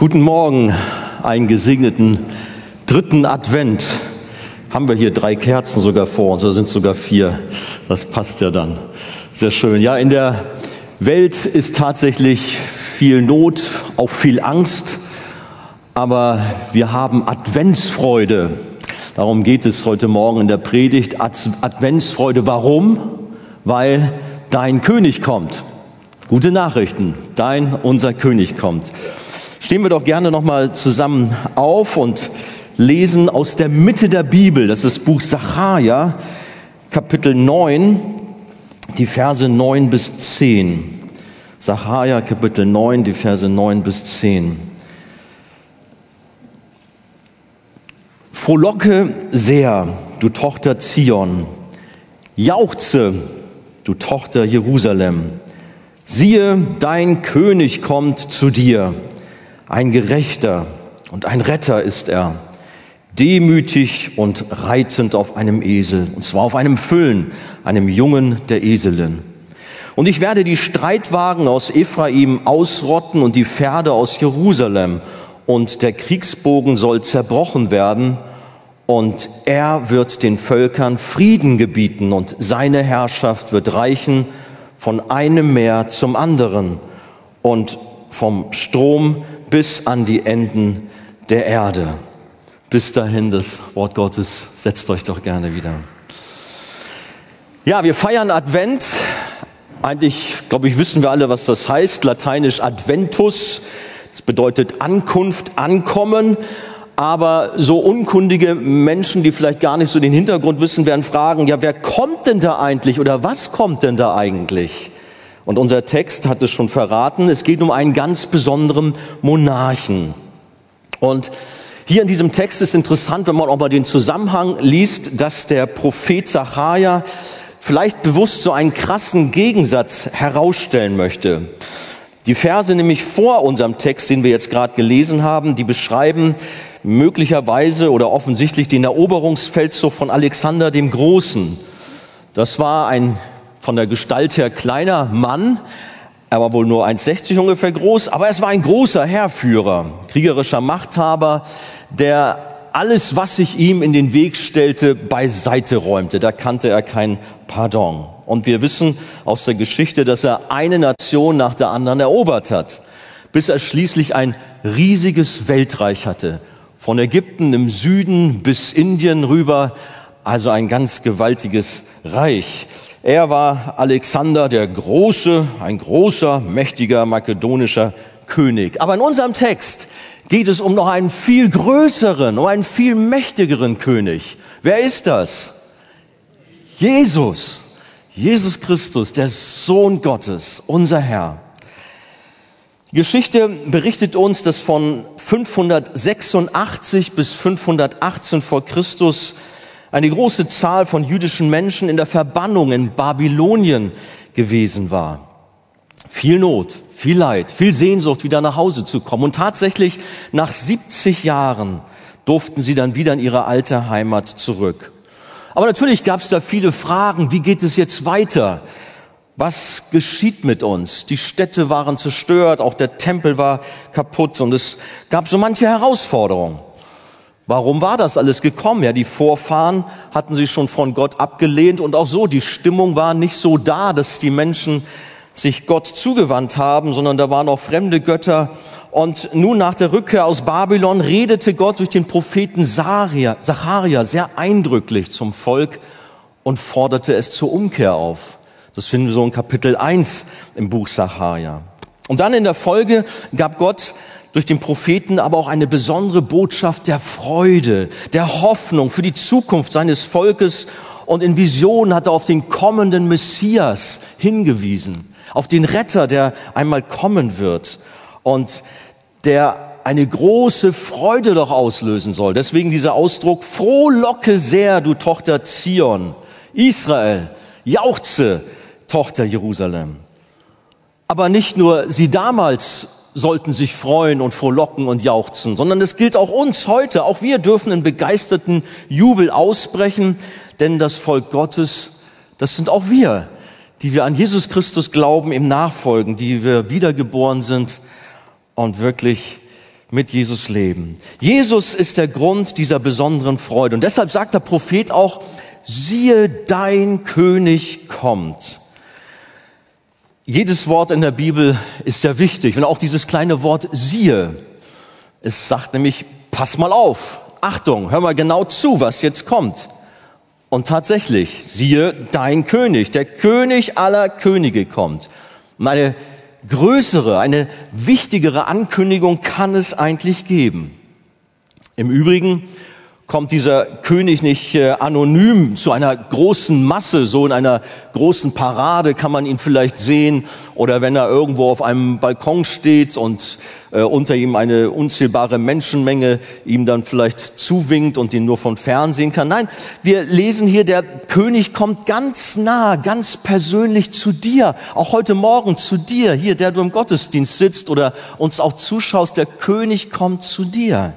Guten Morgen, einen gesegneten dritten Advent. Haben wir hier 3 Kerzen sogar vor uns, oder sind es sogar 4? Das passt ja dann. Sehr schön. Ja, in der Welt ist tatsächlich viel Not, auch viel Angst, aber wir haben Adventsfreude. Darum geht es heute Morgen in der Predigt. Adventsfreude, warum? Weil dein König kommt. Gute Nachrichten, unser König kommt. Stehen wir doch gerne nochmal zusammen auf und lesen aus der Mitte der Bibel. Das ist Buch Sacharja, Kapitel 9, die Verse 9 bis 10. Sacharja, Kapitel 9, die Verse 9 bis 10. Frohlocke sehr, du Tochter Zion. Jauchze, du Tochter Jerusalem. Siehe, dein König kommt zu dir. Ein Gerechter und ein Retter ist er, demütig und reitend auf einem Esel, und zwar auf einem Füllen, einem Jungen der Eselin. Und ich werde die Streitwagen aus Ephraim ausrotten und die Pferde aus Jerusalem, und der Kriegsbogen soll zerbrochen werden, und er wird den Völkern Frieden gebieten, und seine Herrschaft wird reichen von einem Meer zum anderen und vom Strom bis an die Enden der Erde. Bis dahin das Wort Gottes. Setzt euch doch gerne wieder. Ja, wir feiern Advent. Eigentlich, glaube ich, wissen wir alle, was das heißt. Lateinisch Adventus. Das bedeutet Ankunft, Ankommen. Aber so unkundige Menschen, die vielleicht gar nicht so den Hintergrund wissen, werden fragen, ja, wer kommt denn da eigentlich oder was kommt denn da eigentlich? Und unser Text hat es schon verraten, es geht um einen ganz besonderen Monarchen. Und hier in diesem Text ist interessant, wenn man auch mal den Zusammenhang liest, dass der Prophet Sacharja vielleicht bewusst so einen krassen Gegensatz herausstellen möchte. Die Verse nämlich vor unserem Text, den wir jetzt gerade gelesen haben, die beschreiben möglicherweise oder offensichtlich den Eroberungsfeldzug von Alexander dem Großen. Das war ein von der Gestalt her kleiner Mann, er war wohl nur 1,60 ungefähr groß, aber es war ein großer Heerführer, kriegerischer Machthaber, der alles, was sich ihm in den Weg stellte, beiseite räumte. Da kannte er kein Pardon. Und wir wissen aus der Geschichte, dass er eine Nation nach der anderen erobert hat, bis er schließlich ein riesiges Weltreich hatte. Von Ägypten im Süden bis Indien rüber, also ein ganz gewaltiges Reich. Er war Alexander der Große, ein großer, mächtiger makedonischer König. Aber in unserem Text geht es um noch einen viel größeren, um einen viel mächtigeren König. Wer ist das? Jesus. Jesus Christus, der Sohn Gottes, unser Herr. Die Geschichte berichtet uns, dass von 586 bis 518 vor Christus eine große Zahl von jüdischen Menschen in der Verbannung in Babylonien gewesen war. Viel Not, viel Leid, viel Sehnsucht, wieder nach Hause zu kommen. Und tatsächlich nach 70 Jahren durften sie dann wieder in ihre alte Heimat zurück. Aber natürlich gab es da viele Fragen. Wie geht es jetzt weiter? Was geschieht mit uns? Die Städte waren zerstört, auch der Tempel war kaputt und es gab so manche Herausforderungen. Warum war das alles gekommen? Ja, die Vorfahren hatten sich schon von Gott abgelehnt und auch so, die Stimmung war nicht so da, dass die Menschen sich Gott zugewandt haben, sondern da waren auch fremde Götter. Und nun nach der Rückkehr aus Babylon redete Gott durch den Propheten Sacharja sehr eindrücklich zum Volk und forderte es zur Umkehr auf. Das finden wir so in Kapitel 1 im Buch Sacharja. Und dann in der Folge gab Gott durch den Propheten aber auch eine besondere Botschaft der Freude, der Hoffnung für die Zukunft seines Volkes. Und in Visionen hat er auf den kommenden Messias hingewiesen, auf den Retter, der einmal kommen wird und der eine große Freude doch auslösen soll. Deswegen dieser Ausdruck, frohlocke sehr, du Tochter Zion, Israel, jauchze, Tochter Jerusalem. Aber nicht nur sie damals sollten sich freuen und frohlocken und jauchzen, sondern es gilt auch uns heute. Auch wir dürfen in begeisterten Jubel ausbrechen, denn das Volk Gottes, das sind auch wir, die wir an Jesus Christus glauben, ihm nachfolgen, die wir wiedergeboren sind und wirklich mit Jesus leben. Jesus ist der Grund dieser besonderen Freude. Und deshalb sagt der Prophet auch, siehe, dein König kommt. Jedes Wort in der Bibel ist ja wichtig. Und auch dieses kleine Wort siehe. Es sagt nämlich, pass mal auf. Achtung, hör mal genau zu, was jetzt kommt. Und tatsächlich, siehe, dein König, der König aller Könige kommt. Und eine größere, eine wichtigere Ankündigung kann es eigentlich geben. Im Übrigen kommt dieser König nicht anonym zu einer großen Masse, so in einer großen Parade kann man ihn vielleicht sehen, oder wenn er irgendwo auf einem Balkon steht und unter ihm eine unzählbare Menschenmenge ihm dann vielleicht zuwinkt und ihn nur von fern sehen kann. Nein, wir lesen hier, der König kommt ganz nah, ganz persönlich zu dir, auch heute Morgen zu dir, hier, der du im Gottesdienst sitzt oder uns auch zuschaust, der König kommt zu dir.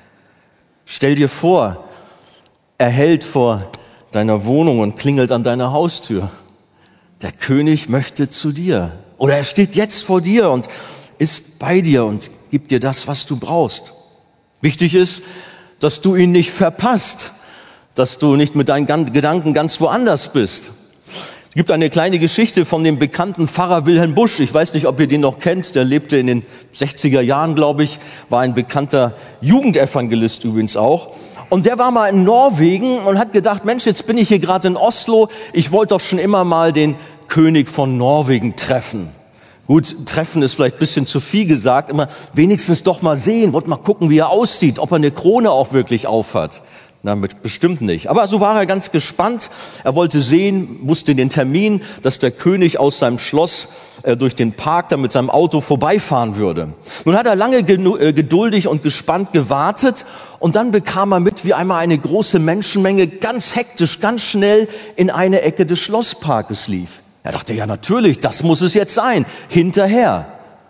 Stell dir vor, er hält vor deiner Wohnung und klingelt an deiner Haustür. Der König möchte zu dir. Oder er steht jetzt vor dir und ist bei dir und gibt dir das, was du brauchst. Wichtig ist, dass du ihn nicht verpasst, dass du nicht mit deinen Gedanken ganz woanders bist. Es gibt eine kleine Geschichte von dem bekannten Pfarrer Wilhelm Busch. Ich weiß nicht, ob ihr den noch kennt. Der lebte in den 60er Jahren, glaube ich, war ein bekannter Jugendevangelist übrigens auch. Und der war mal in Norwegen und hat gedacht, Mensch, jetzt bin ich hier gerade in Oslo. Ich wollte doch schon immer mal den König von Norwegen treffen. Gut, treffen ist vielleicht ein bisschen zu viel gesagt, aber wenigstens doch mal sehen, wollte mal gucken, wie er aussieht, ob er eine Krone auch wirklich aufhat. Na, bestimmt nicht. Aber so war er ganz gespannt. Er wollte sehen, wusste den Termin, dass der König aus seinem Schloss durch den Park da mit seinem Auto vorbeifahren würde. Nun hat er lange geduldig und gespannt gewartet und dann bekam er mit, wie einmal eine große Menschenmenge ganz hektisch, ganz schnell in eine Ecke des Schlossparkes lief. Er dachte, ja natürlich, das muss es jetzt sein. Hinterher.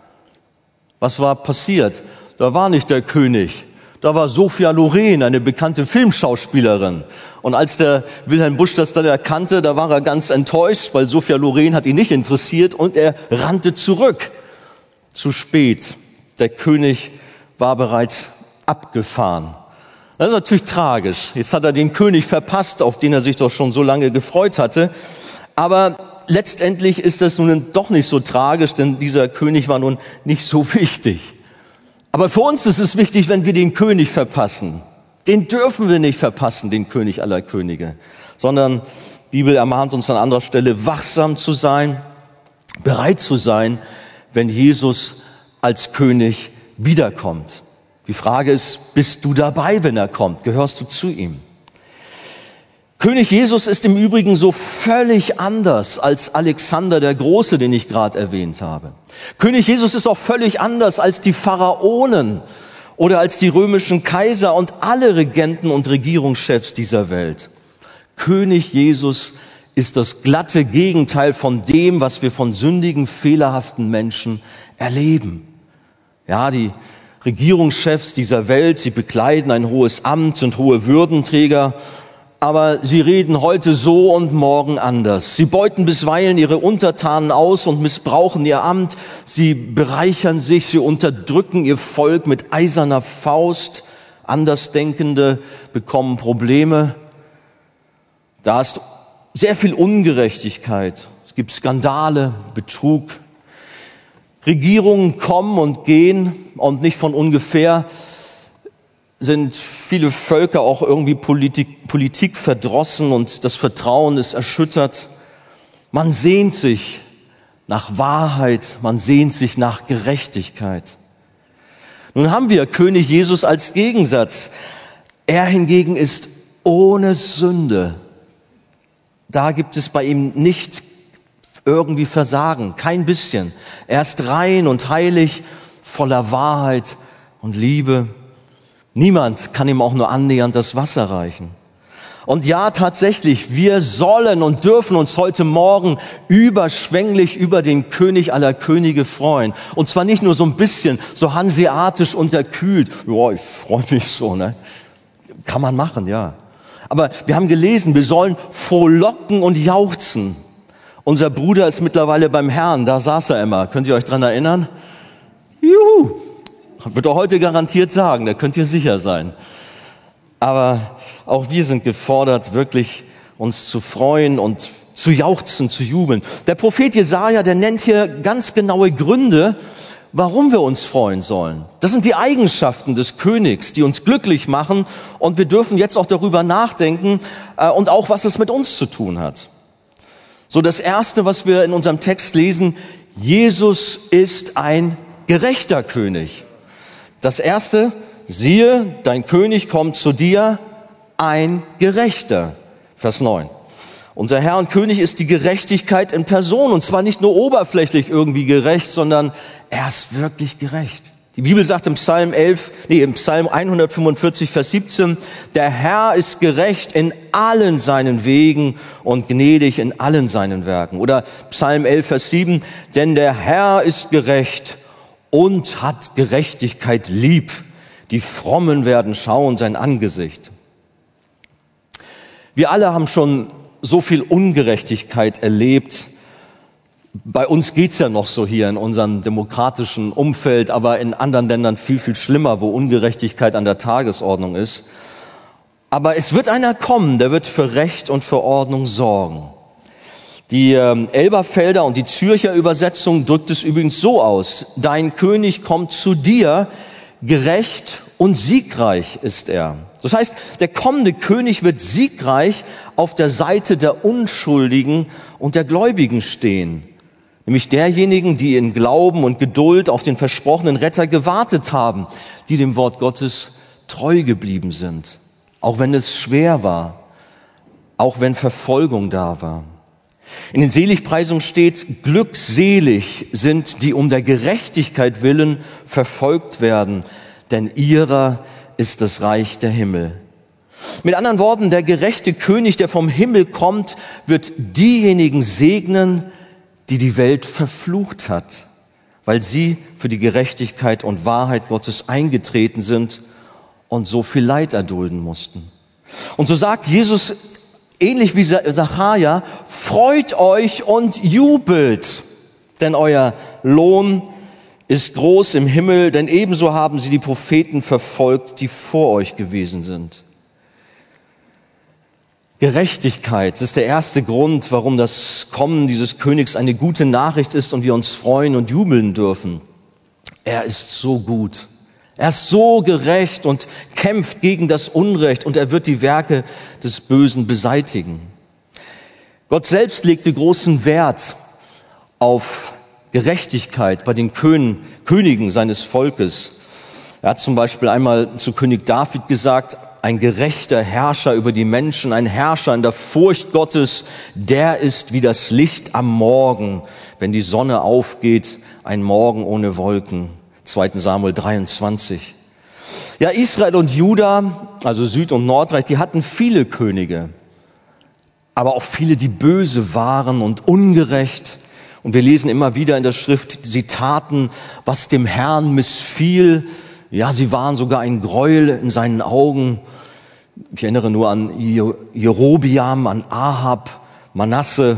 Was war passiert? Da war nicht der König. Da war Sophia Loren, eine bekannte Filmschauspielerin. Und als der Wilhelm Busch das dann erkannte, da war er ganz enttäuscht, weil Sophia Loren hat ihn nicht interessiert und er rannte zurück. Zu spät. Der König war bereits abgefahren. Das ist natürlich tragisch. Jetzt hat er den König verpasst, auf den er sich doch schon so lange gefreut hatte. Aber letztendlich ist das nun doch nicht so tragisch, denn dieser König war nun nicht so wichtig. Aber für uns ist es wichtig, wenn wir den König verpassen. Den dürfen wir nicht verpassen, den König aller Könige. Sondern die Bibel ermahnt uns an anderer Stelle, wachsam zu sein, bereit zu sein, wenn Jesus als König wiederkommt. Die Frage ist, bist du dabei, wenn er kommt? Gehörst du zu ihm? König Jesus ist im Übrigen so völlig anders als Alexander der Große, den ich gerade erwähnt habe. König Jesus ist auch völlig anders als die Pharaonen oder als die römischen Kaiser und alle Regenten und Regierungschefs dieser Welt. König Jesus ist das glatte Gegenteil von dem, was wir von sündigen, fehlerhaften Menschen erleben. Ja, die Regierungschefs dieser Welt, sie bekleiden ein hohes Amt, sind hohe Würdenträger, aber sie reden heute so und morgen anders. Sie beuten bisweilen ihre Untertanen aus und missbrauchen ihr Amt. Sie bereichern sich, sie unterdrücken ihr Volk mit eiserner Faust. Andersdenkende bekommen Probleme. Da ist sehr viel Ungerechtigkeit. Es gibt Skandale, Betrug. Regierungen kommen und gehen und nicht von ungefähr sind viele Völker auch irgendwie Politik verdrossen und das Vertrauen ist erschüttert. Man sehnt sich nach Wahrheit, man sehnt sich nach Gerechtigkeit. Nun haben wir König Jesus als Gegensatz. Er hingegen ist ohne Sünde. Da gibt es bei ihm nicht irgendwie Versagen, kein bisschen. Er ist rein und heilig, voller Wahrheit und Liebe. Niemand kann ihm auch nur annähernd das Wasser reichen. Und ja, tatsächlich, wir sollen und dürfen uns heute Morgen überschwänglich über den König aller Könige freuen. Und zwar nicht nur so ein bisschen, so hanseatisch unterkühlt. Ja, ich freue mich so, ne? Kann man machen, ja. Aber wir haben gelesen, wir sollen frohlocken und jauchzen. Unser Bruder ist mittlerweile beim Herrn, da saß er immer. Könnt ihr euch dran erinnern? Juhu! Wird er heute garantiert sagen, da könnt ihr sicher sein. Aber auch wir sind gefordert, wirklich uns zu freuen und zu jauchzen, zu jubeln. Der Prophet Jesaja, der nennt hier ganz genaue Gründe, warum wir uns freuen sollen. Das sind die Eigenschaften des Königs, die uns glücklich machen. Und wir dürfen jetzt auch darüber nachdenken und auch, was es mit uns zu tun hat. So, das Erste, was wir in unserem Text lesen: Jesus ist ein gerechter König. Das Erste: siehe, dein König kommt zu dir, ein Gerechter. Vers 9. Unser Herr und König ist die Gerechtigkeit in Person, und zwar nicht nur oberflächlich irgendwie gerecht, sondern er ist wirklich gerecht. Die Bibel sagt im Psalm 145, Vers 17, der Herr ist gerecht in allen seinen Wegen und gnädig in allen seinen Werken. Oder Psalm 11, Vers 7, denn der Herr ist gerecht und hat Gerechtigkeit lieb. Die Frommen werden schauen sein Angesicht. Wir alle haben schon so viel Ungerechtigkeit erlebt. Bei uns geht's ja noch so hier in unserem demokratischen Umfeld, aber in anderen Ländern viel, viel schlimmer, wo Ungerechtigkeit an der Tagesordnung ist. Aber es wird einer kommen, der wird für Recht und für Ordnung sorgen. Die Elberfelder und die Zürcher Übersetzung drückt es übrigens so aus: Dein König kommt zu dir, gerecht und siegreich ist er. Das heißt, der kommende König wird siegreich auf der Seite der Unschuldigen und der Gläubigen stehen. Nämlich derjenigen, die in Glauben und Geduld auf den versprochenen Retter gewartet haben, die dem Wort Gottes treu geblieben sind. Auch wenn es schwer war, auch wenn Verfolgung da war. In den Seligpreisungen steht: glückselig sind, die um der Gerechtigkeit willen verfolgt werden, denn ihrer ist das Reich der Himmel. Mit anderen Worten, der gerechte König, der vom Himmel kommt, wird diejenigen segnen, die die Welt verflucht hat, weil sie für die Gerechtigkeit und Wahrheit Gottes eingetreten sind und so viel Leid erdulden mussten. Und so sagt Jesus, ähnlich wie Sacharja: freut euch und jubelt, denn euer Lohn ist groß im Himmel, denn ebenso haben sie die Propheten verfolgt, die vor euch gewesen sind. Gerechtigkeit ist der erste Grund, warum das Kommen dieses Königs eine gute Nachricht ist und wir uns freuen und jubeln dürfen. Er ist so gut. Er ist so gerecht und kämpft gegen das Unrecht, und er wird die Werke des Bösen beseitigen. Gott selbst legte großen Wert auf Gerechtigkeit bei den Königen seines Volkes. Er hat zum Beispiel einmal zu König David gesagt: ein gerechter Herrscher über die Menschen, ein Herrscher in der Furcht Gottes, der ist wie das Licht am Morgen, wenn die Sonne aufgeht, ein Morgen ohne Wolken. 2. Samuel 23. Ja, Israel und Juda, also Süd- und Nordreich, die hatten viele Könige, aber auch viele, die böse waren und ungerecht. Und wir lesen immer wieder in der Schrift, sie taten, was dem Herrn missfiel. Ja, sie waren sogar ein Gräuel in seinen Augen. Ich erinnere nur an Jerobiam, an Ahab, Manasse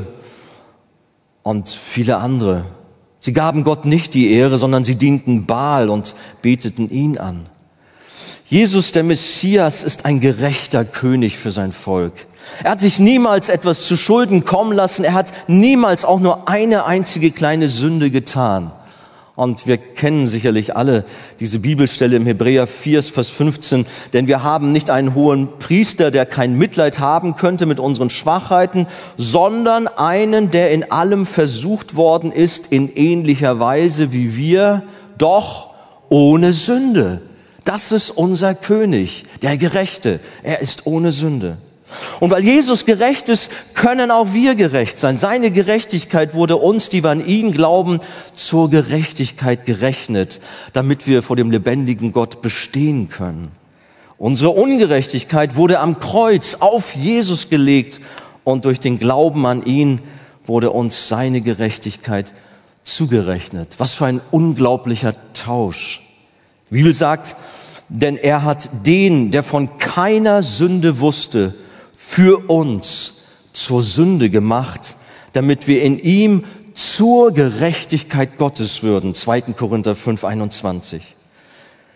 und viele andere. Sie gaben Gott nicht die Ehre, sondern sie dienten Baal und beteten ihn an. Jesus, der Messias, ist ein gerechter König für sein Volk. Er hat sich niemals etwas zu Schulden kommen lassen. Er hat niemals auch nur eine einzige kleine Sünde getan. Und wir kennen sicherlich alle diese Bibelstelle im Hebräer 4, Vers 15. Denn wir haben nicht einen hohen Priester, der kein Mitleid haben könnte mit unseren Schwachheiten, sondern einen, der in allem versucht worden ist, in ähnlicher Weise wie wir, doch ohne Sünde. Das ist unser König, der Gerechte. Er ist ohne Sünde. Und weil Jesus gerecht ist, können auch wir gerecht sein. Seine Gerechtigkeit wurde uns, die wir an ihn glauben, zur Gerechtigkeit gerechnet, damit wir vor dem lebendigen Gott bestehen können. Unsere Ungerechtigkeit wurde am Kreuz auf Jesus gelegt, und durch den Glauben an ihn wurde uns seine Gerechtigkeit zugerechnet. Was für ein unglaublicher Tausch. Die Bibel sagt, denn er hat den, der von keiner Sünde wusste, für uns zur Sünde gemacht, damit wir in ihm zur Gerechtigkeit Gottes würden. 2. Korinther 5, 21.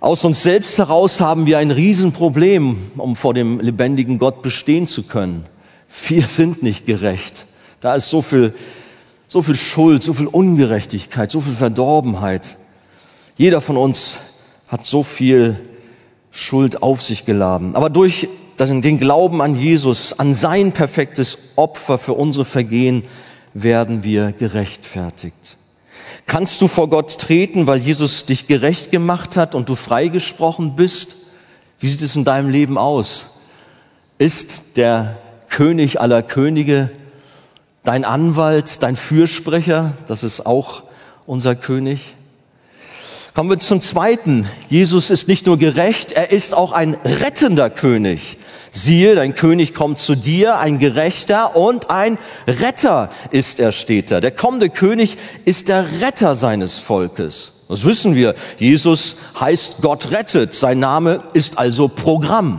Aus uns selbst heraus haben wir ein Riesenproblem, um vor dem lebendigen Gott bestehen zu können. Wir sind nicht gerecht. Da ist so viel Schuld, so viel Ungerechtigkeit, so viel Verdorbenheit. Jeder von uns hat so viel Schuld auf sich geladen. Aber durch den Glauben an Jesus, an sein perfektes Opfer für unsere Vergehen, werden wir gerechtfertigt. Kannst du vor Gott treten, weil Jesus dich gerecht gemacht hat und du freigesprochen bist? Wie sieht es in deinem Leben aus? Ist der König aller Könige dein Anwalt, dein Fürsprecher? Das ist auch unser König. Kommen wir zum Zweiten. Jesus ist nicht nur gerecht, er ist auch ein rettender König. Siehe, dein König kommt zu dir, ein Gerechter und ein Retter ist er, steht da. Der kommende König ist der Retter seines Volkes. Das wissen wir. Jesus heißt Gott rettet. Sein Name ist also Programm.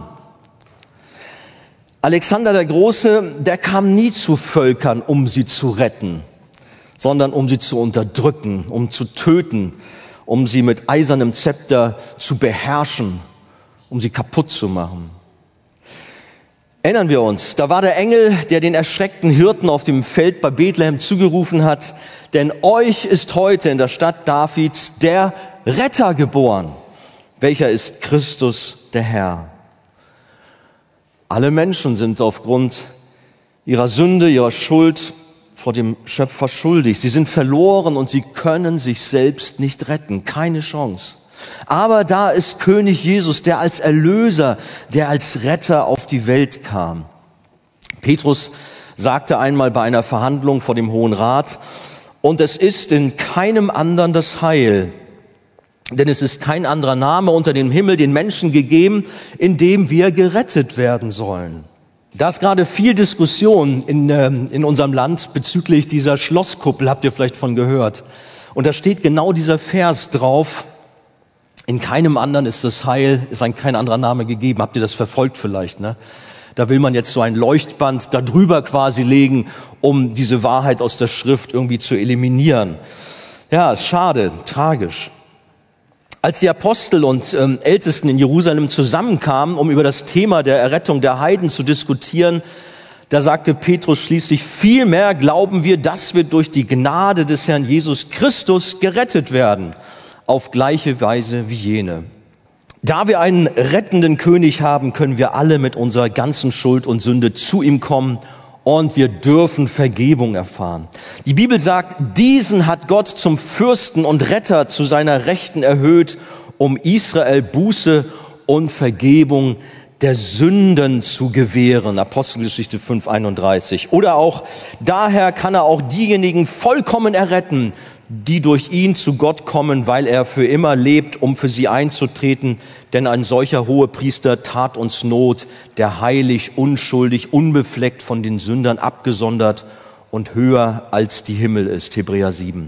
Alexander der Große, der kam nie zu Völkern, um sie zu retten, sondern um sie zu unterdrücken, um zu töten, um sie mit eisernem Zepter zu beherrschen, um sie kaputt zu machen. Erinnern wir uns, da war der Engel, der den erschreckten Hirten auf dem Feld bei Bethlehem zugerufen hat, denn euch ist heute in der Stadt Davids der Retter geboren, welcher ist Christus der Herr. Alle Menschen sind aufgrund ihrer Sünde, ihrer Schuld vor dem Schöpfer schuldig. Sie sind verloren und sie können sich selbst nicht retten, keine Chance. Aber da ist König Jesus, der als Erlöser, der als Retter auf die Welt kam. Petrus sagte einmal bei einer Verhandlung vor dem Hohen Rat, und es ist in keinem anderen das Heil, denn es ist kein anderer Name unter dem Himmel den Menschen gegeben, in dem wir gerettet werden sollen. Da ist gerade viel Diskussion in unserem Land bezüglich dieser Schlosskuppel, habt ihr vielleicht von gehört. Und da steht genau dieser Vers drauf, in keinem anderen ist das Heil, ist ein kein anderer Name gegeben. Habt ihr das verfolgt vielleicht, ne? Da will man jetzt so ein Leuchtband da drüber quasi legen, um diese Wahrheit aus der Schrift irgendwie zu eliminieren. Ja, ist schade, tragisch. Als die Apostel und Ältesten in Jerusalem zusammenkamen, um über das Thema der Errettung der Heiden zu diskutieren, da sagte Petrus schließlich, vielmehr glauben wir, dass wir durch die Gnade des Herrn Jesus Christus gerettet werden, auf gleiche Weise wie jene. Da wir einen rettenden König haben, können wir alle mit unserer ganzen Schuld und Sünde zu ihm kommen und wir dürfen Vergebung erfahren. Die Bibel sagt, diesen hat Gott zum Fürsten und Retter zu seiner Rechten erhöht, um Israel Buße und Vergebung der Sünden zu gewähren. Apostelgeschichte 5,31. Oder auch, daher kann er auch diejenigen vollkommen erretten, die durch ihn zu Gott kommen, weil er für immer lebt, um für sie einzutreten. Denn ein solcher Hohepriester tat uns Not, der heilig, unschuldig, unbefleckt von den Sündern abgesondert und höher als die Himmel ist. Hebräer 7.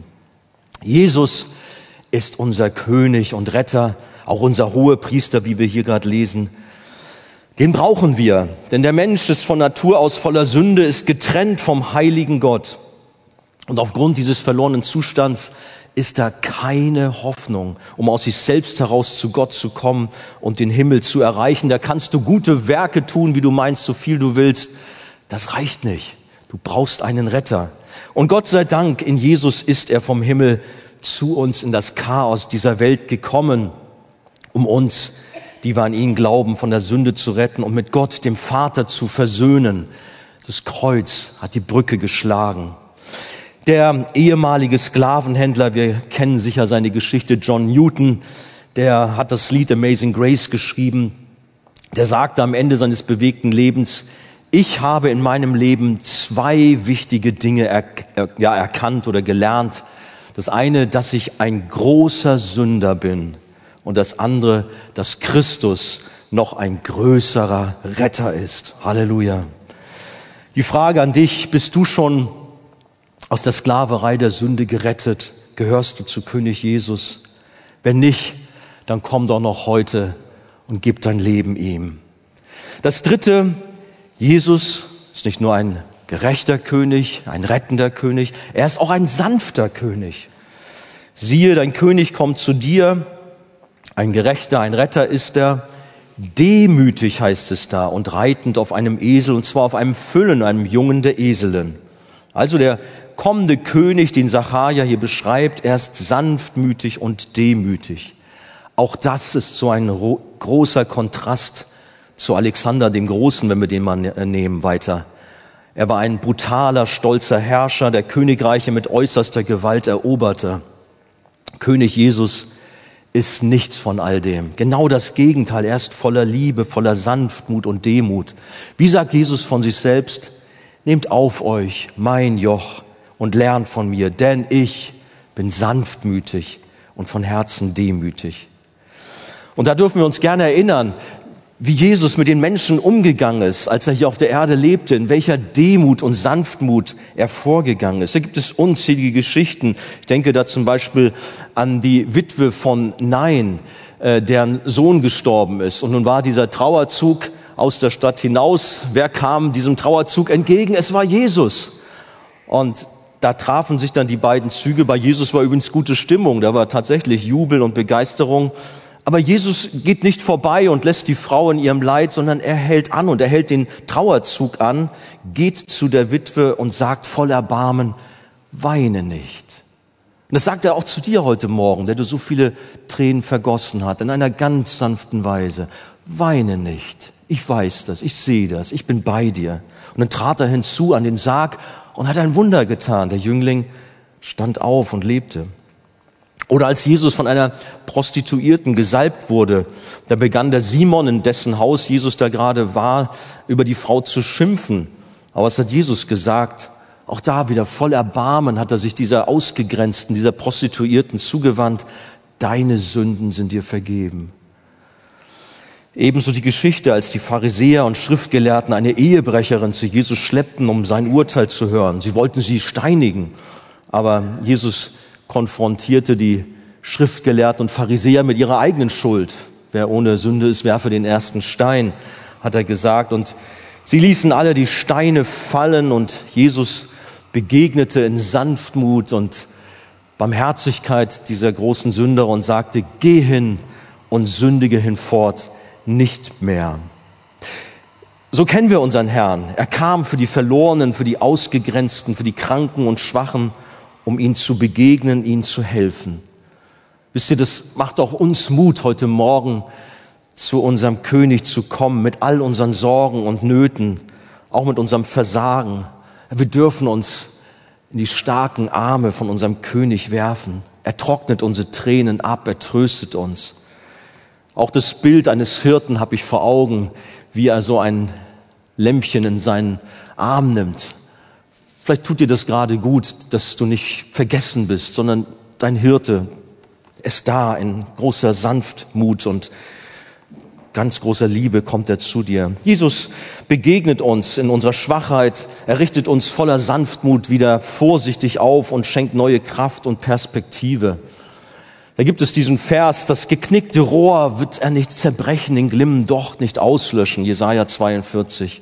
Jesus ist unser König und Retter, auch unser Hohepriester, wie wir hier gerade lesen. Den brauchen wir, denn der Mensch ist von Natur aus voller Sünde, ist getrennt vom heiligen Gott. Und aufgrund dieses verlorenen Zustands ist da keine Hoffnung, um aus sich selbst heraus zu Gott zu kommen und den Himmel zu erreichen. Da kannst du gute Werke tun, wie du meinst, so viel du willst. Das reicht nicht. Du brauchst einen Retter. Und Gott sei Dank, in Jesus ist er vom Himmel zu uns in das Chaos dieser Welt gekommen, um uns, die wir an ihn glauben, von der Sünde zu retten und mit Gott, dem Vater, zu versöhnen. Das Kreuz hat die Brücke geschlagen. Der ehemalige Sklavenhändler, wir kennen sicher seine Geschichte, John Newton, der hat das Lied Amazing Grace geschrieben. Der sagte am Ende seines bewegten Lebens, ich habe in meinem Leben zwei wichtige Dinge erkannt oder gelernt. Das eine, dass ich ein großer Sünder bin und das andere, dass Christus noch ein größerer Retter ist. Halleluja. Die Frage an dich, bist du schon aus der Sklaverei der Sünde gerettet? Gehörst du zu König Jesus? Wenn nicht, dann komm doch noch heute und gib dein Leben ihm. Das dritte, Jesus ist nicht nur ein gerechter König, ein rettender König, er ist auch ein sanfter König. Siehe, dein König kommt zu dir, Ein Gerechter, ein Retter ist er, demütig heißt es da, und reitend auf einem Esel, und zwar auf einem Füllen, einem Jungen der Eselin. Also der kommende König, den Sacharja hier beschreibt, er ist sanftmütig und demütig. Auch das ist so ein großer Kontrast zu Alexander dem Großen, wenn wir den mal nehmen weiter. Er war ein brutaler, stolzer Herrscher, der Königreiche mit äußerster Gewalt eroberte. König Jesus ist nichts von all dem. Genau das Gegenteil. Er ist voller Liebe, voller Sanftmut und Demut. Wie sagt Jesus von sich selbst? Nehmt auf euch mein Joch und lernt von mir, denn ich bin sanftmütig und von Herzen demütig. Und da dürfen wir uns gerne erinnern, wie Jesus mit den Menschen umgegangen ist, als er hier auf der Erde lebte, in welcher Demut und Sanftmut er vorgegangen ist. Da gibt es unzählige Geschichten. Ich denke da zum Beispiel an die Witwe von Nain, deren Sohn gestorben ist. Und nun war dieser Trauerzug aus der Stadt hinaus. Wer kam diesem Trauerzug entgegen? Es war Jesus. Und da trafen sich dann die beiden Züge. Bei Jesus war übrigens gute Stimmung. Da war tatsächlich Jubel und Begeisterung. Aber Jesus geht nicht vorbei und lässt die Frau in ihrem Leid, sondern er hält an und er hält den Trauerzug an, geht zu der Witwe und sagt voll Erbarmen, weine nicht. Und das sagt er auch zu dir heute Morgen, der du so viele Tränen vergossen hast, in einer ganz sanften Weise. Weine nicht. Ich weiß das, ich sehe das, ich bin bei dir. Und dann trat er hinzu an den Sarg und hat ein Wunder getan. Der Jüngling stand auf und lebte. Oder als Jesus von einer Prostituierten gesalbt wurde, da begann der Simon, in dessen Haus Jesus da gerade war, über die Frau zu schimpfen. Aber was hat Jesus gesagt? Auch da wieder voll Erbarmen hat er sich dieser Ausgegrenzten, dieser Prostituierten zugewandt. Deine Sünden sind dir vergeben. Ebenso die Geschichte, als die Pharisäer und Schriftgelehrten eine Ehebrecherin zu Jesus schleppten, um sein Urteil zu hören. Sie wollten sie steinigen, aber Jesus konfrontierte die Schriftgelehrten und Pharisäer mit ihrer eigenen Schuld. Wer ohne Sünde ist, werfe den ersten Stein, hat er gesagt. Und sie ließen alle die Steine fallen und Jesus begegnete in Sanftmut und Barmherzigkeit dieser großen Sünder und sagte, geh hin und sündige hinfort nicht mehr. So kennen wir unseren Herrn. Er kam für die Verlorenen, für die Ausgegrenzten, für die Kranken und Schwachen, um ihnen zu begegnen, ihnen zu helfen. Wisst ihr, das macht auch uns Mut, heute Morgen zu unserem König zu kommen, mit all unseren Sorgen und Nöten, auch mit unserem Versagen. Wir dürfen uns in die starken Arme von unserem König werfen. Er trocknet unsere Tränen ab, er tröstet uns. Auch das Bild eines Hirten habe ich vor Augen, wie er so ein Lämmchen in seinen Arm nimmt. Vielleicht tut dir das gerade gut, dass du nicht vergessen bist, sondern dein Hirte ist da in großer Sanftmut und ganz großer Liebe kommt er zu dir. Jesus begegnet uns in unserer Schwachheit, er richtet uns voller Sanftmut wieder vorsichtig auf und schenkt neue Kraft und Perspektive. Da gibt es diesen Vers, das geknickte Rohr wird er nicht zerbrechen, den glimmen Docht nicht auslöschen, Jesaja 42.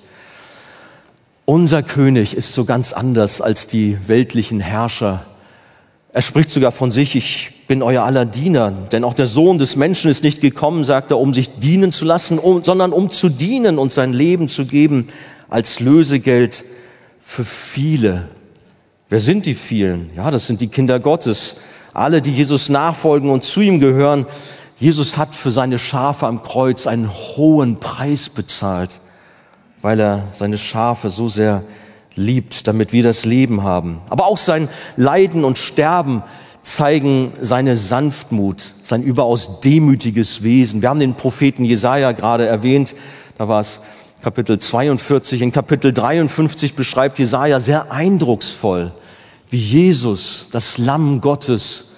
Unser König ist so ganz anders als die weltlichen Herrscher. Er spricht sogar von sich, ich bin euer aller Diener. Denn auch der Sohn des Menschen ist nicht gekommen, sagt er, um sich dienen zu lassen, sondern um zu dienen und sein Leben zu geben als Lösegeld für viele. Wer sind die vielen? Ja, das sind die Kinder Gottes. Alle, die Jesus nachfolgen und zu ihm gehören. Jesus hat für seine Schafe am Kreuz einen hohen Preis bezahlt, weil er seine Schafe so sehr liebt, damit wir das Leben haben. Aber auch sein Leiden und Sterben zeigen seine Sanftmut, sein überaus demütiges Wesen. Wir haben den Propheten Jesaja gerade erwähnt, da war es Kapitel 42. In Kapitel 53 beschreibt Jesaja sehr eindrucksvoll, wie Jesus, das Lamm Gottes,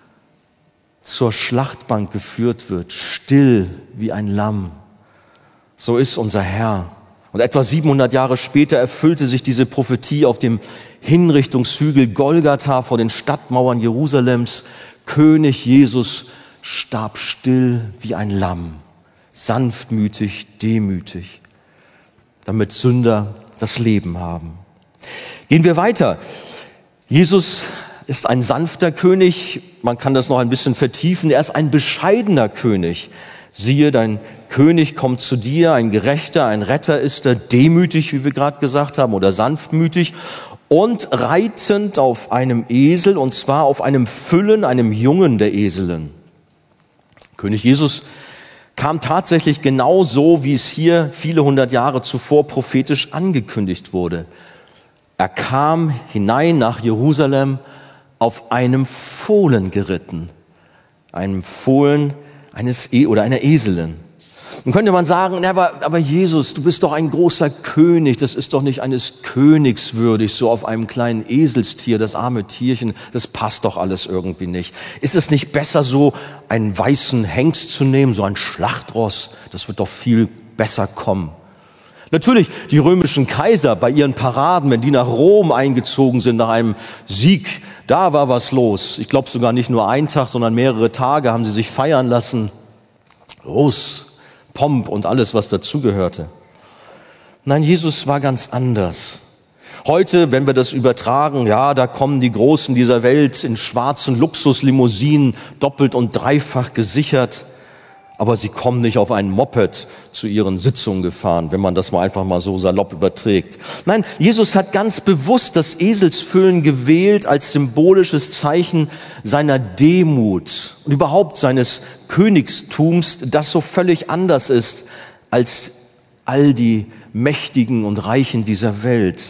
zur Schlachtbank geführt wird, still wie ein Lamm. So ist unser Herr. Und etwa 700 Jahre später erfüllte sich diese Prophetie auf dem Hinrichtungshügel Golgatha vor den Stadtmauern Jerusalems. König Jesus starb still wie ein Lamm, sanftmütig, demütig, damit Sünder das Leben haben. Gehen wir weiter. Jesus ist ein sanfter König. man kann das noch ein bisschen vertiefen, er ist ein bescheidener König. Siehe, dein König kommt zu dir, ein Gerechter, ein Retter ist er, demütig, wie wir gerade gesagt haben, oder sanftmütig und reitend auf einem Esel, und zwar auf einem Füllen, einem Jungen der Eselin. König Jesus kam tatsächlich genau so, wie es hier viele hundert Jahre zuvor prophetisch angekündigt wurde. Er kam hinein nach Jerusalem auf einem Fohlen geritten, einem Fohlen einer Eselin. Nun könnte man sagen, aber Jesus, du bist doch ein großer König, das ist doch nicht eines Königs würdig, so auf einem kleinen Eselstier, das arme Tierchen, das passt doch alles irgendwie nicht. Ist es nicht besser, so einen weißen Hengst zu nehmen, so ein Schlachtross, das wird doch viel besser kommen. Natürlich, die römischen Kaiser bei ihren Paraden, wenn die nach Rom eingezogen sind, nach einem Sieg, da war was los. Ich glaube sogar nicht nur einen Tag, sondern mehrere Tage haben sie sich feiern lassen. Los, Pomp und alles, was dazugehörte. Nein, Jesus war ganz anders. Heute, wenn wir das übertragen, ja, da kommen die Großen dieser Welt in schwarzen Luxuslimousinen, doppelt und dreifach gesichert. Aber sie kommen nicht auf ein Moped zu ihren Sitzungen gefahren, wenn man das mal einfach mal so salopp überträgt. Nein, Jesus hat ganz bewusst das Eselsfüllen gewählt als symbolisches Zeichen seiner Demut und überhaupt seines Königstums, das so völlig anders ist als all die Mächtigen und Reichen dieser Welt.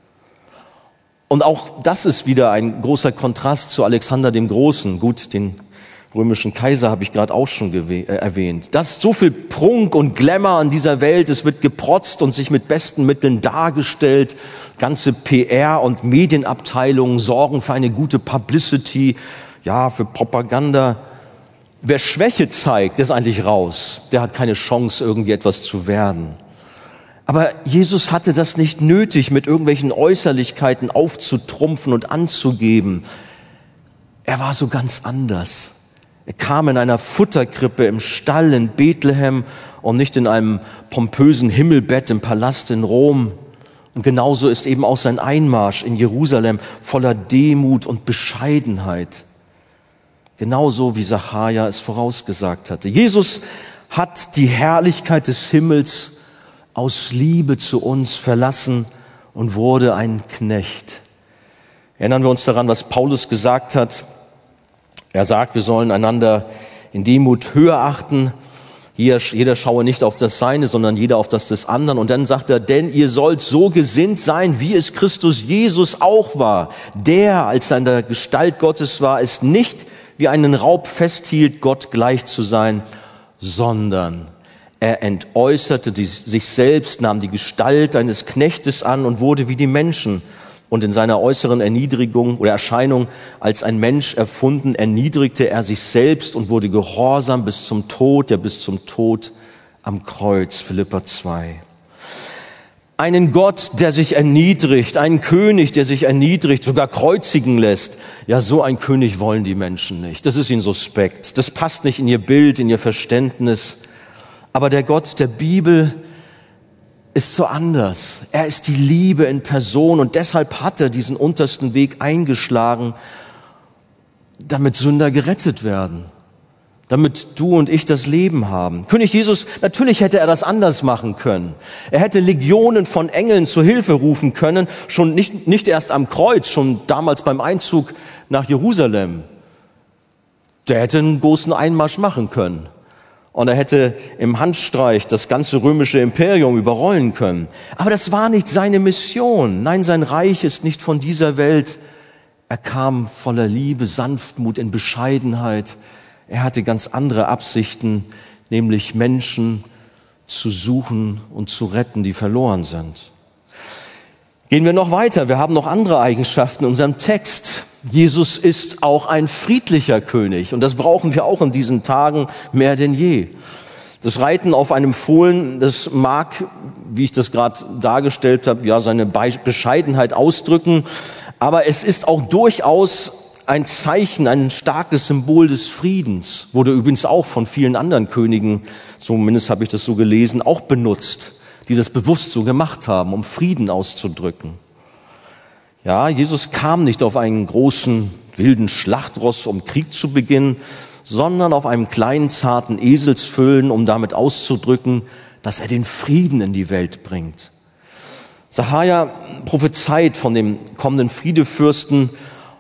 Und auch das ist wieder ein großer Kontrast zu Alexander dem Großen. Gut, den römischen Kaiser habe ich gerade auch schon erwähnt. Das ist so viel Prunk und Glamour an dieser Welt. Es wird geprotzt und sich mit besten Mitteln dargestellt. Ganze PR- und Medienabteilungen sorgen für eine gute Publicity, ja, für Propaganda. Wer Schwäche zeigt, der ist eigentlich raus. Der hat keine Chance, irgendwie etwas zu werden. Aber Jesus hatte das nicht nötig, mit irgendwelchen Äußerlichkeiten aufzutrumpfen und anzugeben. Er war so ganz anders. Er kam in einer Futterkrippe im Stall in Bethlehem und nicht in einem pompösen Himmelbett im Palast in Rom. Und genauso ist eben auch sein Einmarsch in Jerusalem voller Demut und Bescheidenheit. Genauso wie Sacharja es vorausgesagt hatte. Jesus hat die Herrlichkeit des Himmels aus Liebe zu uns verlassen und wurde ein Knecht. Erinnern wir uns daran, was Paulus gesagt hat. Er sagt, wir sollen einander in Demut höher achten. Jeder schaue nicht auf das Seine, sondern jeder auf das des anderen. Und dann sagt er, denn ihr sollt so gesinnt sein, wie es Christus Jesus auch war. Der, als er in der Gestalt Gottes war, es nicht wie einen Raub festhielt, Gott gleich zu sein, sondern er entäußerte sich selbst, nahm die Gestalt eines Knechtes an und wurde wie die Menschen. Und in seiner äußeren Erniedrigung oder Erscheinung als ein Mensch erfunden, erniedrigte er sich selbst und wurde gehorsam bis zum Tod, ja bis zum Tod am Kreuz, Philipper 2. Einen Gott, der sich erniedrigt, einen König, der sich erniedrigt, sogar kreuzigen lässt. Ja, so ein König wollen die Menschen nicht. Das ist ihnen suspekt. Das passt nicht in ihr Bild, in ihr Verständnis. Aber der Gott der Bibel ist so anders. Er ist die Liebe in Person und deshalb hat er diesen untersten Weg eingeschlagen, damit Sünder gerettet werden, damit du und ich das Leben haben. König Jesus, natürlich hätte er das anders machen können. Er hätte Legionen von Engeln zu Hilfe rufen können, schon nicht erst am Kreuz, schon damals beim Einzug nach Jerusalem. Der hätte einen großen Einmarsch machen können. Und er hätte im Handstreich das ganze römische Imperium überrollen können. Aber das war nicht seine Mission. Nein, sein Reich ist nicht von dieser Welt. Er kam voller Liebe, Sanftmut, in Bescheidenheit. Er hatte ganz andere Absichten, nämlich Menschen zu suchen und zu retten, die verloren sind. Gehen wir noch weiter. Wir haben noch andere Eigenschaften in unserem Text. Jesus ist auch ein friedlicher König und das brauchen wir auch in diesen Tagen mehr denn je. Das Reiten auf einem Fohlen, das mag, wie ich das gerade dargestellt habe, ja seine Bescheidenheit ausdrücken, aber es ist auch durchaus ein Zeichen, ein starkes Symbol des Friedens. Wurde übrigens auch von vielen anderen Königen, zumindest habe ich das so gelesen, auch benutzt, die das bewusst so gemacht haben, um Frieden auszudrücken. Ja, Jesus kam nicht auf einen großen wilden Schlachtross, um Krieg zu beginnen, sondern auf einem kleinen, zarten Eselsfüllen, um damit auszudrücken, dass er den Frieden in die Welt bringt. Sacharja prophezeit von dem kommenden Friedefürsten: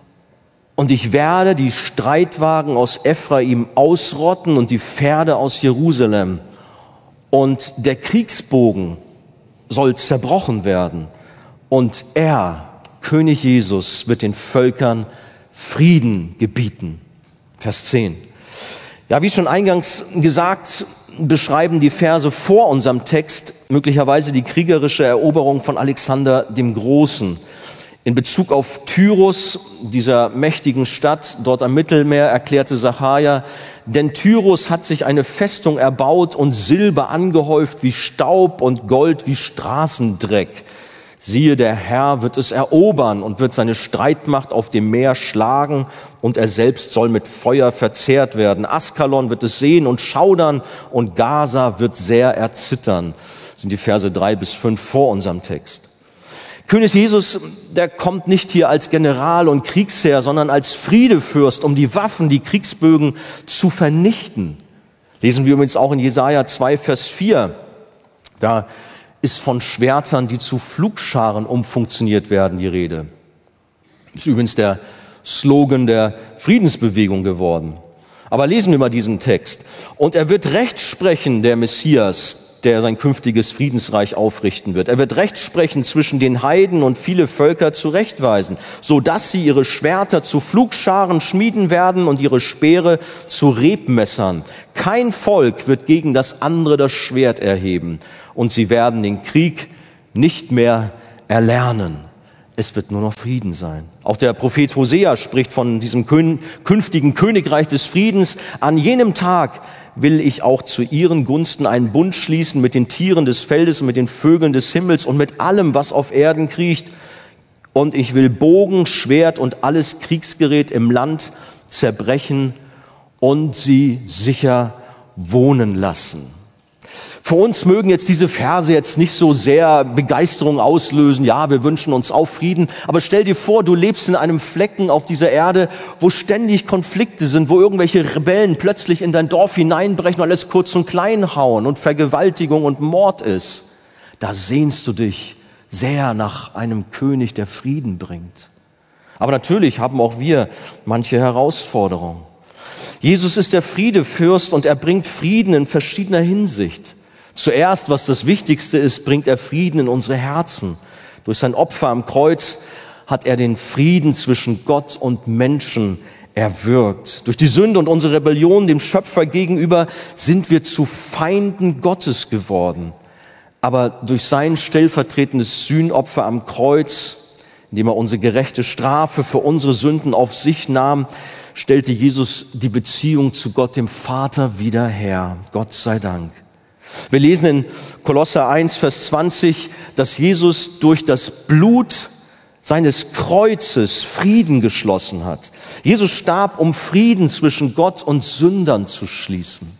Und ich werde die Streitwagen aus Ephraim ausrotten und die Pferde aus Jerusalem. Und der Kriegsbogen soll zerbrochen werden. Und er, König Jesus, wird den Völkern Frieden gebieten. Vers 10. Ja, wie schon eingangs gesagt, beschreiben die Verse vor unserem Text möglicherweise die kriegerische Eroberung von Alexander dem Großen. In Bezug auf Tyrus, dieser mächtigen Stadt dort am Mittelmeer, erklärte Sacharja: Denn Tyrus hat sich eine Festung erbaut und Silber angehäuft wie Staub und Gold wie Straßendreck. Siehe, der Herr wird es erobern und wird seine Streitmacht auf dem Meer schlagen, und er selbst soll mit Feuer verzehrt werden. Askalon wird es sehen und schaudern, und Gaza wird sehr erzittern. Das sind die Verse 3-5 vor unserem Text. König Jesus, der kommt nicht hier als General und Kriegsherr, sondern als Friedefürst, um die Waffen, die Kriegsbögen zu vernichten. Lesen wir übrigens auch in Jesaja 2, Vers 4. Da ist von Schwertern, die zu Pflugscharen umfunktioniert werden, die Rede. Das ist übrigens der Slogan der Friedensbewegung geworden. Aber lesen wir mal diesen Text. Und er wird Recht sprechen, der Messias, der sein künftiges Friedensreich aufrichten wird. Er wird Recht sprechen zwischen den Heiden und viele Völker zurechtweisen, so dass sie ihre Schwerter zu Pflugscharen schmieden werden und ihre Speere zu Rebmessern. Kein Volk wird gegen das andere das Schwert erheben, und sie werden den Krieg nicht mehr erlernen. Es wird nur noch Frieden sein. Auch der Prophet Hosea spricht von diesem künftigen Königreich des Friedens. An jenem Tag will ich auch zu ihren Gunsten einen Bund schließen mit den Tieren des Feldes und mit den Vögeln des Himmels und mit allem, was auf Erden kriecht. Und ich will Bogen, Schwert und alles Kriegsgerät im Land zerbrechen und sie sicher wohnen lassen. Für uns mögen jetzt diese Verse jetzt nicht so sehr Begeisterung auslösen. Ja, wir wünschen uns auch Frieden. Aber stell dir vor, du lebst in einem Flecken auf dieser Erde, wo ständig Konflikte sind, wo irgendwelche Rebellen plötzlich in dein Dorf hineinbrechen und alles kurz und klein hauen und Vergewaltigung und Mord ist. Da sehnst du dich sehr nach einem König, der Frieden bringt. Aber natürlich haben auch wir manche Herausforderungen. Jesus ist der Friedefürst und er bringt Frieden in verschiedener Hinsicht. Zuerst, was das Wichtigste ist, bringt er Frieden in unsere Herzen. Durch sein Opfer am Kreuz hat er den Frieden zwischen Gott und Menschen erwirkt. Durch die Sünde und unsere Rebellion dem Schöpfer gegenüber sind wir zu Feinden Gottes geworden. Aber durch sein stellvertretendes Sühnopfer am Kreuz, indem er unsere gerechte Strafe für unsere Sünden auf sich nahm, stellte Jesus die Beziehung zu Gott, dem Vater, wieder her. Gott sei Dank. Wir lesen in Kolosser 1, Vers 20, dass Jesus durch das Blut seines Kreuzes Frieden geschlossen hat. Jesus starb, um Frieden zwischen Gott und Sündern zu schließen.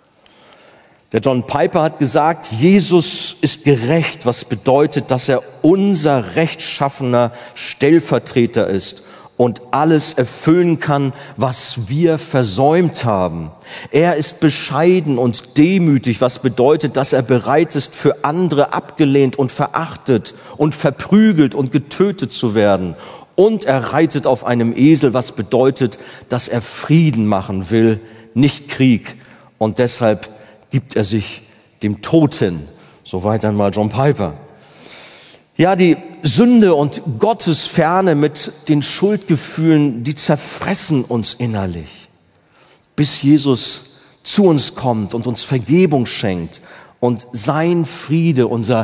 Der John Piper hat gesagt, Jesus ist gerecht, was bedeutet, dass er unser rechtschaffener Stellvertreter ist und alles erfüllen kann, was wir versäumt haben. Er ist bescheiden und demütig, was bedeutet, dass er bereit ist, für andere abgelehnt und verachtet und verprügelt und getötet zu werden. Und er reitet auf einem Esel, was bedeutet, dass er Frieden machen will, nicht Krieg. Und deshalb gibt er sich dem Tod hin. Soweit einmal John Piper. Ja, die Sünde und Gottes Ferne mit den Schuldgefühlen, die zerfressen uns innerlich. Bis Jesus zu uns kommt und uns Vergebung schenkt und sein Friede, unser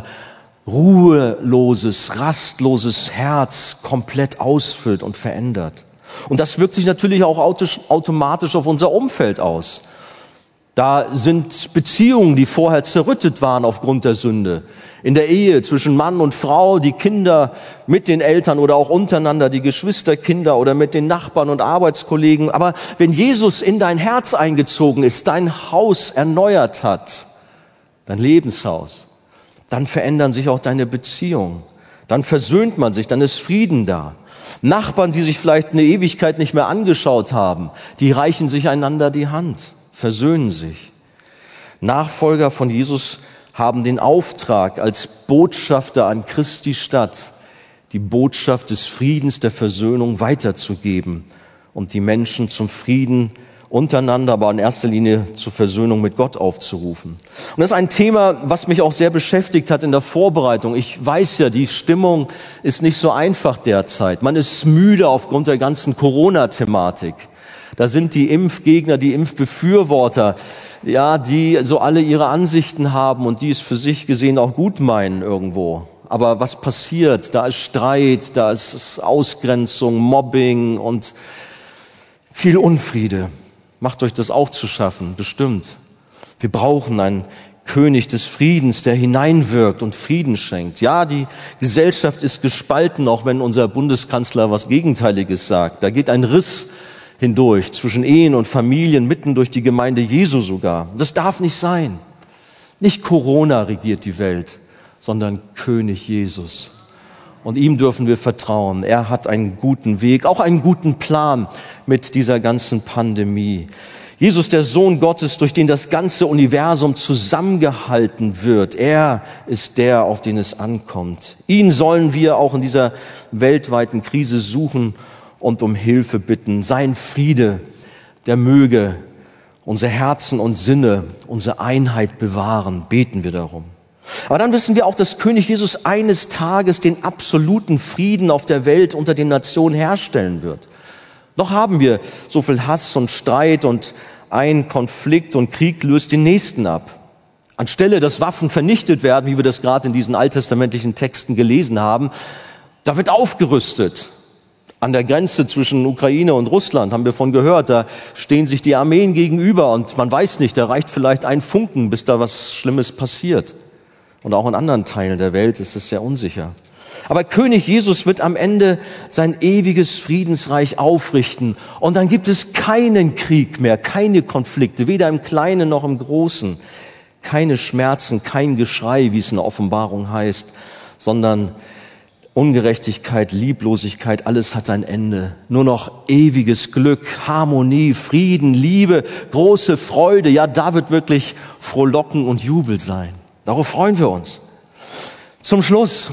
ruheloses, rastloses Herz komplett ausfüllt und verändert. Und das wirkt sich natürlich auch automatisch auf unser Umfeld aus. Da sind Beziehungen, die vorher zerrüttet waren aufgrund der Sünde. In der Ehe zwischen Mann und Frau, die Kinder mit den Eltern oder auch untereinander, die Geschwisterkinder oder mit den Nachbarn und Arbeitskollegen. Aber wenn Jesus in dein Herz eingezogen ist, dein Haus erneuert hat, dein Lebenshaus, dann verändern sich auch deine Beziehungen. Dann versöhnt man sich, dann ist Frieden da. Nachbarn, die sich vielleicht eine Ewigkeit nicht mehr angeschaut haben, die reichen sich einander die Hand, versöhnen sich. Nachfolger von Jesus haben den Auftrag, als Botschafter an Christi Stadt die Botschaft des Friedens, der Versöhnung weiterzugeben und die Menschen zum Frieden untereinander, aber in erster Linie zur Versöhnung mit Gott aufzurufen. Und das ist ein Thema, was mich auch sehr beschäftigt hat in der Vorbereitung. Ich weiß ja, die Stimmung ist nicht so einfach derzeit. Man ist müde aufgrund der ganzen Corona-Thematik. Da sind die Impfgegner, die Impfbefürworter, ja, die so alle ihre Ansichten haben und die es für sich gesehen auch gut meinen irgendwo. Aber was passiert? Da ist Streit, da ist Ausgrenzung, Mobbing und viel Unfriede. Macht euch das auch zu schaffen, bestimmt. Wir brauchen einen König des Friedens, der hineinwirkt und Frieden schenkt. Ja, die Gesellschaft ist gespalten, auch wenn unser Bundeskanzler was Gegenteiliges sagt. Da geht ein Riss hindurch zwischen Ehen und Familien, mitten durch die Gemeinde Jesu sogar. Das darf nicht sein. Nicht Corona regiert die Welt, sondern König Jesus. Und ihm dürfen wir vertrauen. Er hat einen guten Weg, auch einen guten Plan mit dieser ganzen Pandemie. Jesus, der Sohn Gottes, durch den das ganze Universum zusammengehalten wird. Er ist der, auf den es ankommt. Ihn sollen wir auch in dieser weltweiten Krise suchen und um Hilfe bitten. Sein Friede, der möge unsere Herzen und Sinne, unsere Einheit bewahren. Beten wir darum. Aber dann wissen wir auch, dass König Jesus eines Tages den absoluten Frieden auf der Welt unter den Nationen herstellen wird. Noch haben wir so viel Hass und Streit und ein Konflikt und Krieg löst den nächsten ab. Anstelle, dass Waffen vernichtet werden, wie wir das gerade in diesen alttestamentlichen Texten gelesen haben, da wird aufgerüstet. An der Grenze zwischen Ukraine und Russland haben wir von gehört, da stehen sich die Armeen gegenüber und man weiß nicht, da reicht vielleicht ein Funken, bis da was Schlimmes passiert. Und auch in anderen Teilen der Welt ist es sehr unsicher. Aber König Jesus wird am Ende sein ewiges Friedensreich aufrichten. Und dann gibt es keinen Krieg mehr, keine Konflikte, weder im Kleinen noch im Großen. Keine Schmerzen, kein Geschrei, wie es in der Offenbarung heißt, sondern Ungerechtigkeit, Lieblosigkeit, alles hat ein Ende. Nur noch ewiges Glück, Harmonie, Frieden, Liebe, große Freude. Ja, da wird wirklich Frohlocken und Jubel sein. Darauf freuen wir uns. Zum Schluss,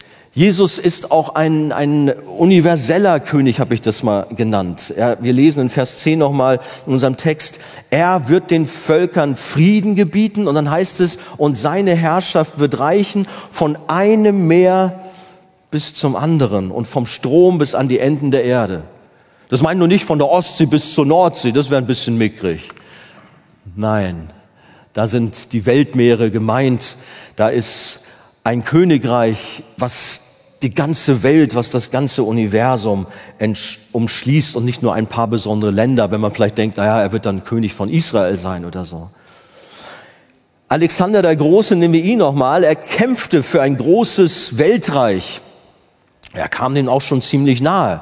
Jesus ist auch ein universeller König, habe ich das mal genannt. Wir lesen in Vers 10 nochmal in unserem Text, er wird den Völkern Frieden gebieten und dann heißt es, und seine Herrschaft wird reichen von einem Meer bis zum anderen und vom Strom bis an die Enden der Erde. Das meint nur nicht von der Ostsee bis zur Nordsee, das wäre ein bisschen mickrig. Nein. Da sind die Weltmeere gemeint, da ist ein Königreich, was die ganze Welt, was das ganze Universum umschließt und nicht nur ein paar besondere Länder, wenn man vielleicht denkt, naja, er wird dann König von Israel sein oder so. Alexander der Große, nehmen wir ihn nochmal, er kämpfte für ein großes Weltreich. Er kam denen auch schon ziemlich nahe.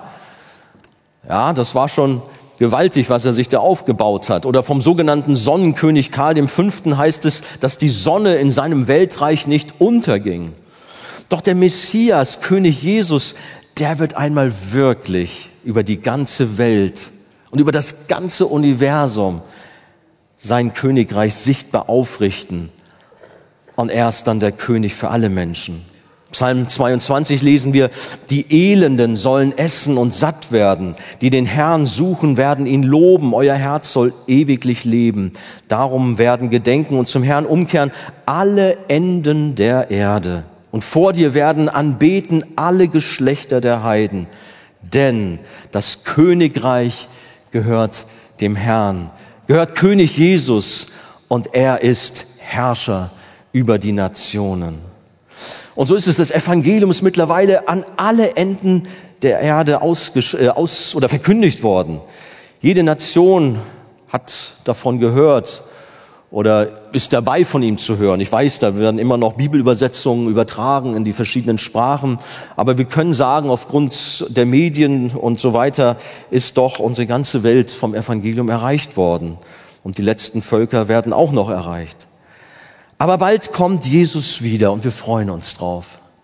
Ja, das war schon gewaltig, was er sich da aufgebaut hat. Oder vom sogenannten Sonnenkönig Karl V. heißt es, dass die Sonne in seinem Weltreich nicht unterging. Doch der Messias, König Jesus, der wird einmal wirklich über die ganze Welt und über das ganze Universum sein Königreich sichtbar aufrichten. Und er ist dann der König für alle Menschen. Psalm 22 lesen wir, die Elenden sollen essen und satt werden, die den Herrn suchen, werden ihn loben, euer Herz soll ewiglich leben. Darum werden gedenken und zum Herrn umkehren alle Enden der Erde. Und vor dir werden anbeten alle Geschlechter der Heiden, denn das Königreich gehört dem Herrn, gehört König Jesus und er ist Herrscher über die Nationen. Und so ist es, das Evangelium ist mittlerweile an alle Enden der Erde verkündigt worden. Jede Nation hat davon gehört oder ist dabei, von ihm zu hören. Ich weiß, da werden immer noch Bibelübersetzungen übertragen in die verschiedenen Sprachen. Aber wir können sagen, aufgrund der Medien und so weiter ist doch unsere ganze Welt vom Evangelium erreicht worden. Und die letzten Völker werden auch noch erreicht. Aber bald kommt Jesus wieder und wir freuen uns drauf.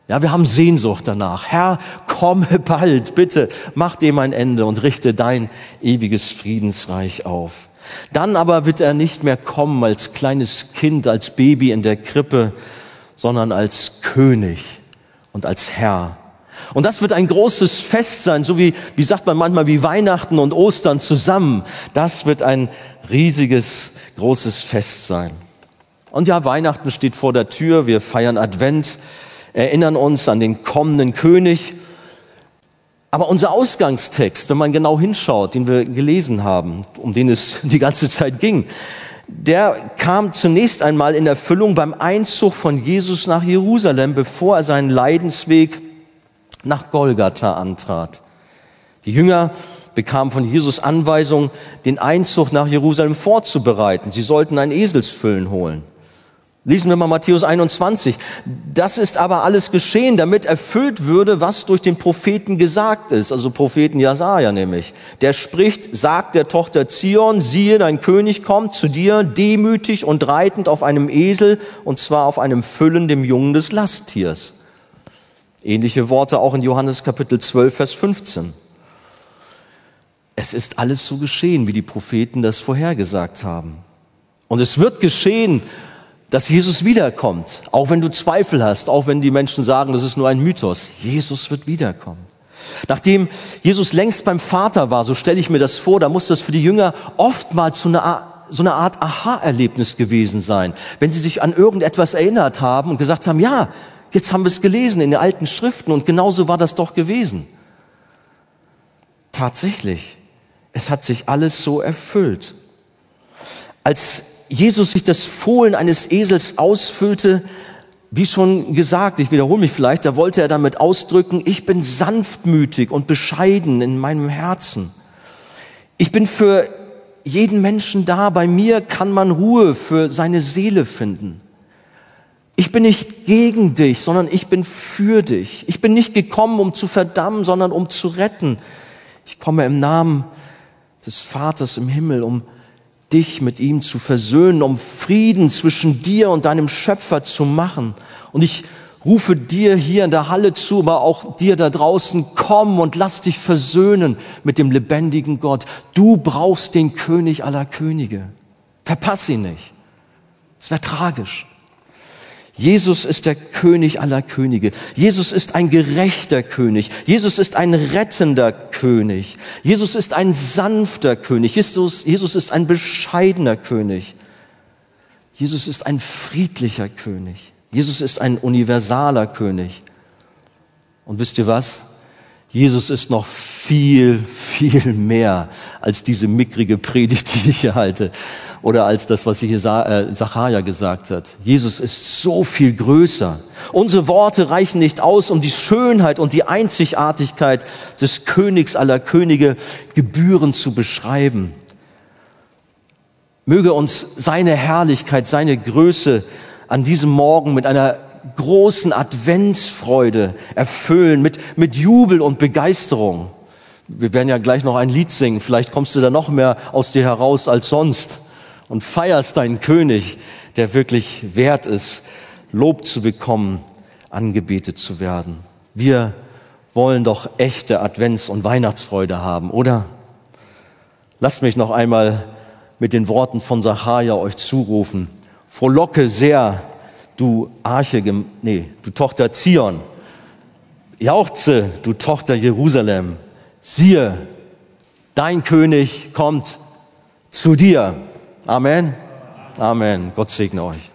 Ja, wir haben Sehnsucht danach. Herr, komme bald, bitte, mach dem ein Ende und richte dein ewiges Friedensreich auf. Dann aber wird er nicht mehr kommen als kleines Kind, als Baby in der Krippe, sondern als König und als Herr. Und das wird ein großes Fest sein, so wie sagt man manchmal, wie Weihnachten und Ostern zusammen. Das wird ein riesiges, großes Fest sein. Und ja, Weihnachten steht vor der Tür, wir feiern Advent, erinnern uns an den kommenden König. Aber unser Ausgangstext, wenn man genau hinschaut, den wir gelesen haben, um den es die ganze Zeit ging, der kam zunächst einmal in Erfüllung beim Einzug von Jesus nach Jerusalem, bevor er seinen Leidensweg nach Golgatha antrat. Die Jünger bekamen von Jesus Anweisung, den Einzug nach Jerusalem vorzubereiten. Sie sollten ein Eselsfüllen holen. Lesen wir mal Matthäus 21. Das ist aber alles geschehen, damit erfüllt würde, was durch den Propheten gesagt ist. Also Propheten Jesaja nämlich. Der spricht, sagt der Tochter Zion, siehe, dein König kommt zu dir, demütig und reitend auf einem Esel, und zwar auf einem Füllen, dem Jungen des Lasttiers. Ähnliche Worte auch in Johannes Kapitel 12, Vers 15. Es ist alles so geschehen, wie die Propheten das vorhergesagt haben. Und es wird geschehen, dass Jesus wiederkommt. Auch wenn du Zweifel hast, auch wenn die Menschen sagen, das ist nur ein Mythos. Jesus wird wiederkommen. Nachdem Jesus längst beim Vater war, so stelle ich mir das vor, da muss das für die Jünger oftmals so eine Art Aha-Erlebnis gewesen sein. Wenn sie sich an irgendetwas erinnert haben und gesagt haben, ja, jetzt haben wir es gelesen in den alten Schriften und genauso war das doch gewesen. Tatsächlich, es hat sich alles so erfüllt. Als Jesus sich das Fohlen eines Esels ausfüllte, wie schon gesagt, ich wiederhole mich vielleicht, da wollte er damit ausdrücken, ich bin sanftmütig und bescheiden in meinem Herzen. Ich bin für jeden Menschen da, bei mir kann man Ruhe für seine Seele finden. Ich bin nicht gegen dich, sondern ich bin für dich. Ich bin nicht gekommen, um zu verdammen, sondern um zu retten. Ich komme im Namen des Vaters im Himmel, um dich mit ihm zu versöhnen, um Frieden zwischen dir und deinem Schöpfer zu machen. Und ich rufe dir hier in der Halle zu, aber auch dir da draußen, komm und lass dich versöhnen mit dem lebendigen Gott. Du brauchst den König aller Könige. Verpass ihn nicht. Es wäre tragisch. Jesus ist der König aller Könige. Jesus ist ein gerechter König. Jesus ist ein rettender König. Jesus ist ein sanfter König. Jesus ist ein bescheidener König. Jesus ist ein friedlicher König. Jesus ist ein universaler König. Und wisst ihr was? Jesus ist noch viel, viel mehr als diese mickrige Predigt, die ich hier halte. Oder als das, was hier Sacharja gesagt hat. Jesus ist so viel größer. Unsere Worte reichen nicht aus, um die Schönheit und die Einzigartigkeit des Königs aller Könige gebührend zu beschreiben. Möge uns seine Herrlichkeit, seine Größe an diesem Morgen mit einer großen Adventsfreude erfüllen, mit Jubel und Begeisterung. Wir werden ja gleich noch ein Lied singen. Vielleicht kommst du da noch mehr aus dir heraus als sonst und feierst deinen König, der wirklich wert ist, Lob zu bekommen, angebetet zu werden. Wir wollen doch echte Advents- und Weihnachtsfreude haben, oder? Lasst mich noch einmal mit den Worten von Sacharja euch zurufen. Frohlocke sehr, du Tochter Zion. Jauchze, du Tochter Jerusalem. Siehe, dein König kommt zu dir. Amen. Amen. Gott segne euch.